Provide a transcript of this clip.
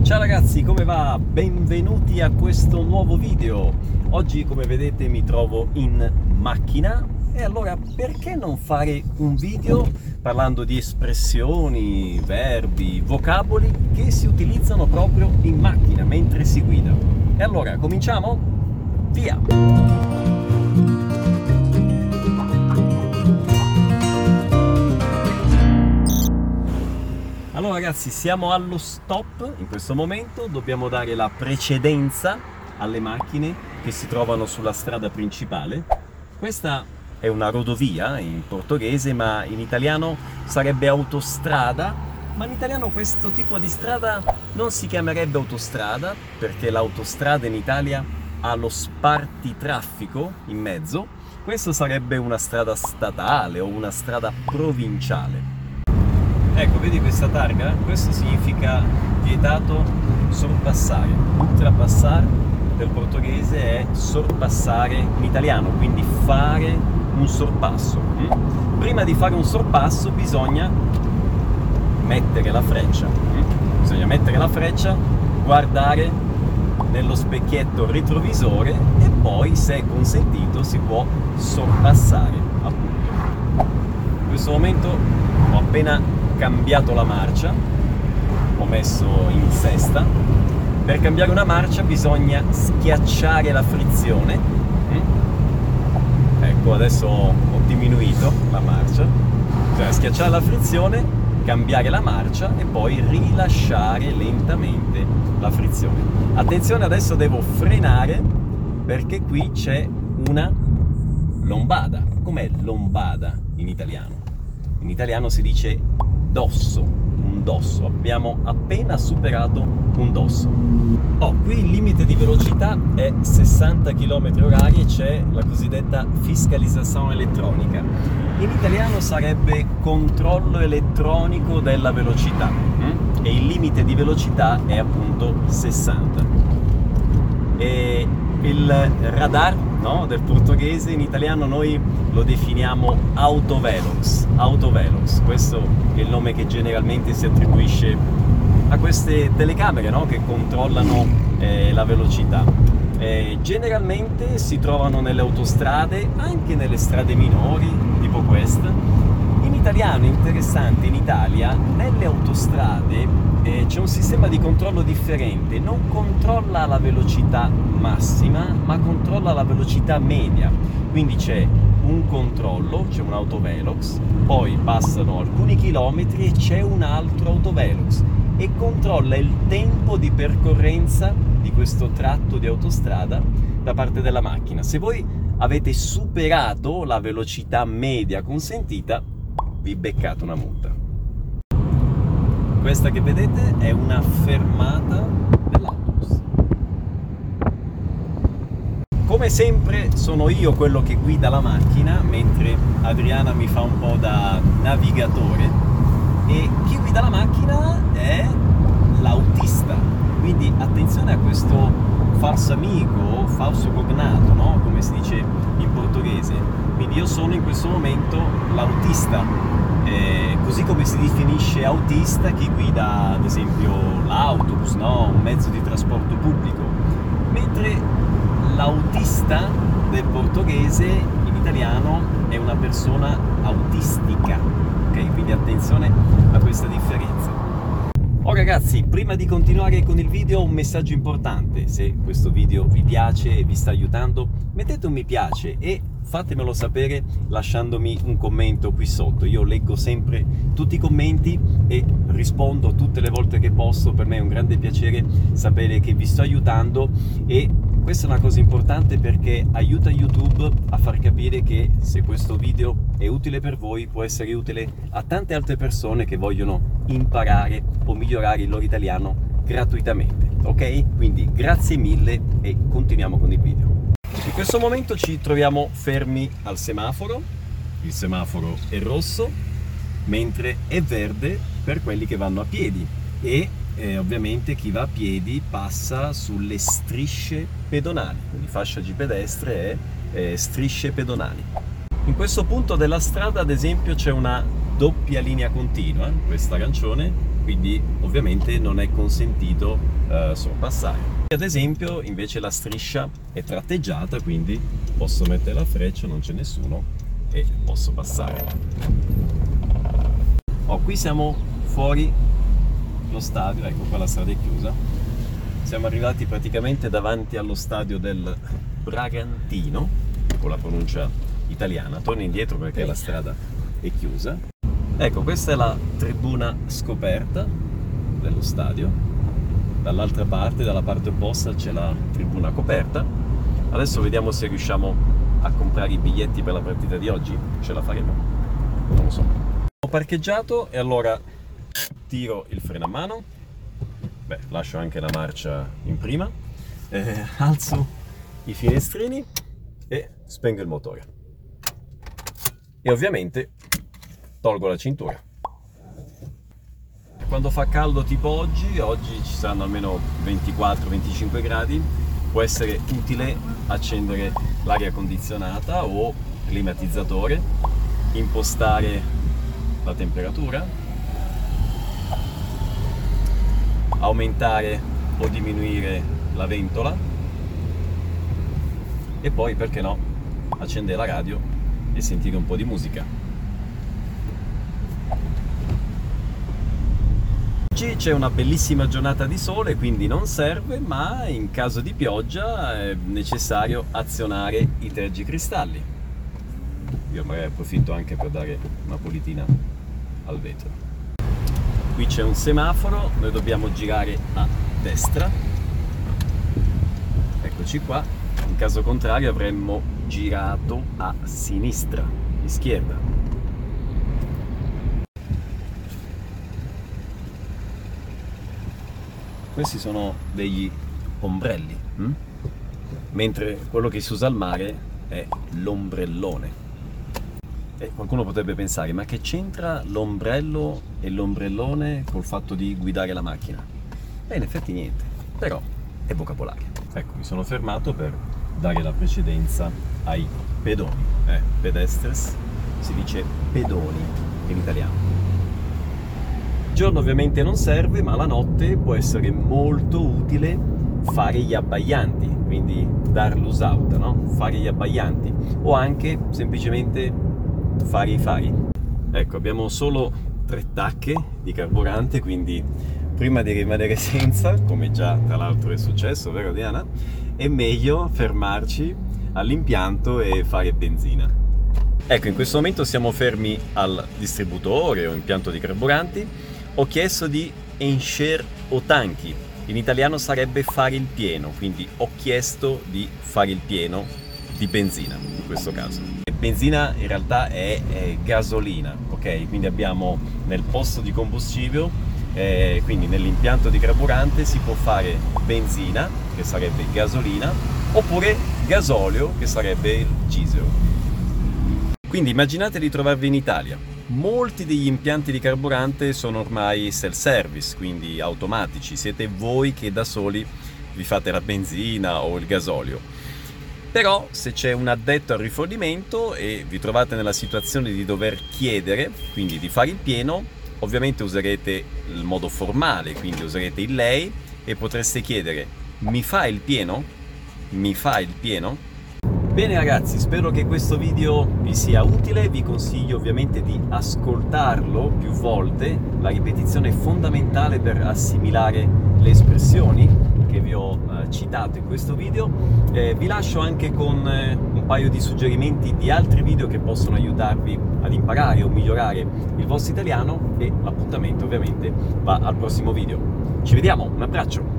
Ciao ragazzi, come va? Benvenuti a questo nuovo video. Oggi, come vedete, mi trovo in macchina e allora perché non fare un video parlando di espressioni, verbi, vocaboli che si utilizzano proprio in macchina mentre si guida? E allora, cominciamo? Via! Allora ragazzi, siamo allo stop in questo momento, dobbiamo dare la precedenza alle macchine che si trovano sulla strada principale. Questa è una rodovia in portoghese, ma in italiano sarebbe autostrada, ma in italiano questo tipo di strada non si chiamerebbe autostrada, perché l'autostrada in Italia ha lo spartitraffico in mezzo. Questo sarebbe una strada statale o una strada provinciale. Ecco, vedi questa targa? Questo significa vietato sorpassare. Ultrapassare del portoghese è sorpassare in italiano, quindi fare un sorpasso. Prima di fare un sorpasso bisogna mettere la freccia. Bisogna mettere la freccia, guardare nello specchietto retrovisore e poi, se è consentito, si può sorpassare, appunto. In questo momento ho appena cambiato la marcia, ho messo in sesta. Per cambiare una marcia bisogna schiacciare la frizione. Ecco, adesso ho diminuito la marcia. Bisogna schiacciare la frizione, cambiare la marcia e poi rilasciare lentamente la frizione. Attenzione, adesso devo frenare perché qui c'è una lombada. Com'è lombada in italiano? In italiano si dice dosso, un dosso. Abbiamo appena superato un dosso. Qui il limite di velocità è 60 km/h e c'è la cosiddetta fiscalizzazione elettronica. In italiano sarebbe controllo elettronico della velocità e il limite di velocità è appunto 60. E il radar, no, del portoghese, in italiano noi lo definiamo autovelox. Autovelox, questo è il nome che generalmente si attribuisce a queste telecamere, no, che controllano la velocità. Generalmente si trovano nelle autostrade, anche nelle strade minori, tipo questa. In italiano, interessante, in Italia, nelle autostrade c'è un sistema di controllo differente, non controlla la velocità massima, ma controlla la velocità media. Quindi c'è un controllo, c'è un autovelox, poi passano alcuni chilometri e c'è un altro autovelox e controlla il tempo di percorrenza di questo tratto di autostrada da parte della macchina. Se voi avete superato la velocità media consentita, vi beccate una multa. Questa che vedete è una fermata dell'autobus. Come sempre sono io quello che guida la macchina, mentre Adriana mi fa un po' da navigatore, e chi guida la macchina è l'autista. Quindi attenzione a questo falso amico, falso cognato, no? Come si dice in portoghese. Quindi io sono in questo momento l'autista. Così come si definisce autista chi guida ad esempio l'autobus, no? Un mezzo di trasporto pubblico, mentre l'autista del portoghese in italiano è una persona autistica, ok? Quindi attenzione a questa differenza. Ragazzi, prima di continuare con il video, un messaggio importante: se questo video vi piace e vi sta aiutando, mettete un mi piace e fatemelo sapere lasciandomi un commento qui sotto. Io leggo sempre tutti i commenti e rispondo tutte le volte che posso. Per me è un grande piacere sapere che vi sto aiutando, e questa è una cosa importante perché aiuta YouTube a far capire che se questo video è utile per voi, può essere utile a tante altre persone che vogliono imparare o migliorare il loro italiano gratuitamente, ok? Quindi grazie mille e continuiamo con il video. In questo momento ci troviamo fermi al semaforo. Il semaforo è rosso, mentre è verde per quelli che vanno a piedi, e ovviamente chi va a piedi passa sulle strisce pedonali, quindi fascia di pedestre e strisce pedonali. In questo punto della strada, ad esempio, c'è una doppia linea continua, questa arancione, quindi ovviamente non è consentito sorpassare. Ad esempio invece la striscia è tratteggiata, quindi posso mettere la freccia, non c'è nessuno e posso passare. Qui siamo fuori lo stadio, ecco qua la strada è chiusa. Siamo arrivati praticamente davanti allo stadio del Bragantino, con la pronuncia italiana. Torno indietro perché la strada è chiusa. Ecco, questa è la tribuna scoperta dello stadio. Dall'altra parte, dalla parte opposta, c'è la tribuna coperta. Adesso vediamo se riusciamo a comprare i biglietti per la partita di oggi. Ce la faremo? Non lo so. Ho parcheggiato e allora tiro il freno a mano. Lascio anche la marcia in prima. Alzo i finestrini e spengo il motore. E ovviamente tolgo la cintura. Quando fa caldo tipo oggi ci saranno almeno 24-25 gradi, può essere utile accendere l'aria condizionata o climatizzatore, impostare la temperatura, aumentare o diminuire la ventola e poi, perché no, accendere la radio e sentire un po' di musica. Oggi c'è una bellissima giornata di sole, quindi non serve, ma in caso di pioggia è necessario azionare i tergicristalli. Io magari approfitto anche per dare una pulitina al vetro. Qui c'è un semaforo, noi dobbiamo girare a destra. Eccoci qua, in caso contrario avremmo girato a sinistra, izquierda. Questi sono degli ombrelli, mentre quello che si usa al mare è l'ombrellone. E qualcuno potrebbe pensare, ma che c'entra l'ombrello e l'ombrellone col fatto di guidare la macchina? In effetti niente, però è vocabolario. Ecco, mi sono fermato per dare la precedenza ai pedoni. Pedestres si dice pedoni in italiano. Il giorno ovviamente non serve, ma la notte può essere molto utile fare gli abbaianti, quindi dar l'usauta, no? Fare gli abbaianti, o anche semplicemente fare i fari. Ecco, abbiamo solo 3 tacche di carburante, quindi prima di rimanere senza, come già tra l'altro è successo, vero Diana? È meglio fermarci all'impianto e fare benzina. Ecco, in questo momento siamo fermi al distributore o impianto di carburanti. Ho chiesto di encher o tanchi, in italiano sarebbe fare il pieno, quindi ho chiesto di fare il pieno di benzina in questo caso. Benzina in realtà è gasolina, ok? Quindi abbiamo nel posto di combustibile, quindi nell'impianto di carburante si può fare benzina, che sarebbe gasolina, oppure gasolio, che sarebbe il diesel. Quindi immaginate di trovarvi in Italia. Molti degli impianti di carburante sono ormai self-service, quindi automatici. Siete voi che da soli vi fate la benzina o il gasolio. Però se c'è un addetto al rifornimento e vi trovate nella situazione di dover chiedere, quindi di fare il pieno, ovviamente userete il modo formale, quindi userete il lei e potreste chiedere: mi fa il pieno? Mi fa il pieno? Bene ragazzi, spero che questo video vi sia utile, vi consiglio ovviamente di ascoltarlo più volte, la ripetizione è fondamentale per assimilare le espressioni che vi ho citato in questo video. Vi lascio anche con un paio di suggerimenti di altri video che possono aiutarvi ad imparare o migliorare il vostro italiano e l'appuntamento ovviamente va al prossimo video. Ci vediamo, un abbraccio!